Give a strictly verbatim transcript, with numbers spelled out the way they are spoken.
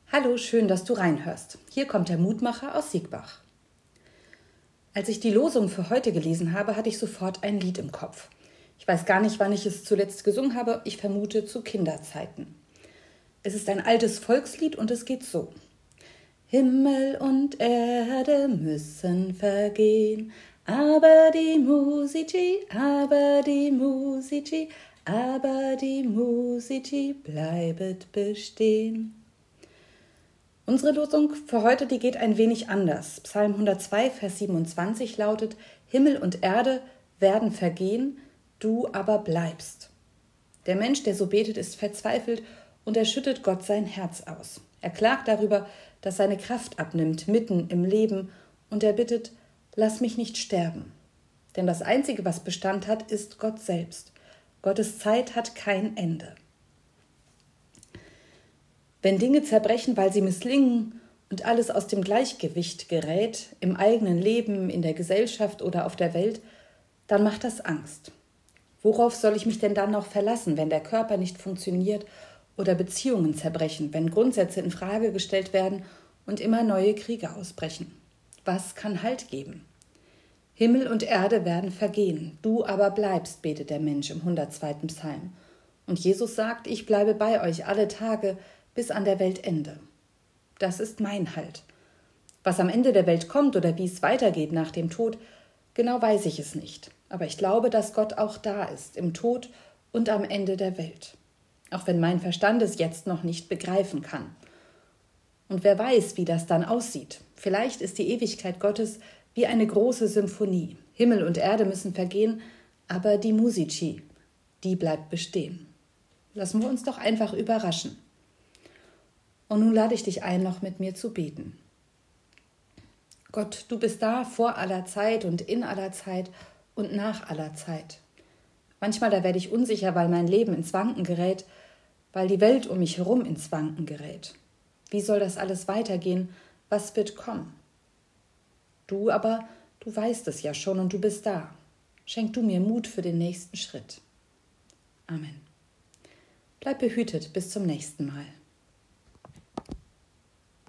Hallo, schön, dass du reinhörst. Hier kommt der Mutmacher aus Siegbach. Als ich die Losung für heute gelesen habe, hatte ich sofort ein Lied im Kopf. Ich weiß gar nicht, wann ich es zuletzt gesungen habe, ich vermute zu Kinderzeiten. Es ist ein altes Volkslied und es geht so. Himmel und Erde müssen vergehen, aber die Musici, aber die Musici, aber die Musici bleibet bestehen. Unsere Losung für heute, die geht ein wenig anders. Psalm hundertzwei, Vers siebenundzwanzig lautet: Himmel und Erde werden vergehen, du aber bleibst. Der Mensch, der so betet, ist verzweifelt und er schüttet Gott sein Herz aus. Er klagt darüber, dass seine Kraft abnimmt, mitten im Leben, und er bittet: Lass mich nicht sterben. Denn das Einzige, was Bestand hat, ist Gott selbst. Gottes Zeit hat kein Ende. Wenn Dinge zerbrechen, weil sie misslingen und alles aus dem Gleichgewicht gerät, im eigenen Leben, in der Gesellschaft oder auf der Welt, dann macht das Angst. Worauf soll ich mich denn dann noch verlassen, wenn der Körper nicht funktioniert oder Beziehungen zerbrechen, wenn Grundsätze in Frage gestellt werden und immer neue Kriege ausbrechen? Was kann Halt geben? Himmel und Erde werden vergehen, du aber bleibst, betet der Mensch im hundertzweiten Psalm. Und Jesus sagt: Ich bleibe bei euch alle Tage bis an der Weltende. Das ist mein Halt. Was am Ende der Welt kommt oder wie es weitergeht nach dem Tod, genau weiß ich es nicht. Aber ich glaube, dass Gott auch da ist, im Tod und am Ende der Welt. Auch wenn mein Verstand es jetzt noch nicht begreifen kann. Und wer weiß, wie das dann aussieht. Vielleicht ist die Ewigkeit Gottes wie eine große Symphonie. Himmel und Erde müssen vergehen, aber die Musici, die bleibt bestehen. Lassen wir uns doch einfach überraschen. Und nun lade ich dich ein, noch mit mir zu beten. Gott, du bist da vor aller Zeit und in aller Zeit und nach aller Zeit. Manchmal, da werde ich unsicher, weil mein Leben ins Wanken gerät, weil die Welt um mich herum ins Wanken gerät. Wie soll das alles weitergehen? Was wird kommen? Du aber, du weißt es ja schon und du bist da. Schenk du mir Mut für den nächsten Schritt. Amen. Bleib behütet, bis zum nächsten Mal.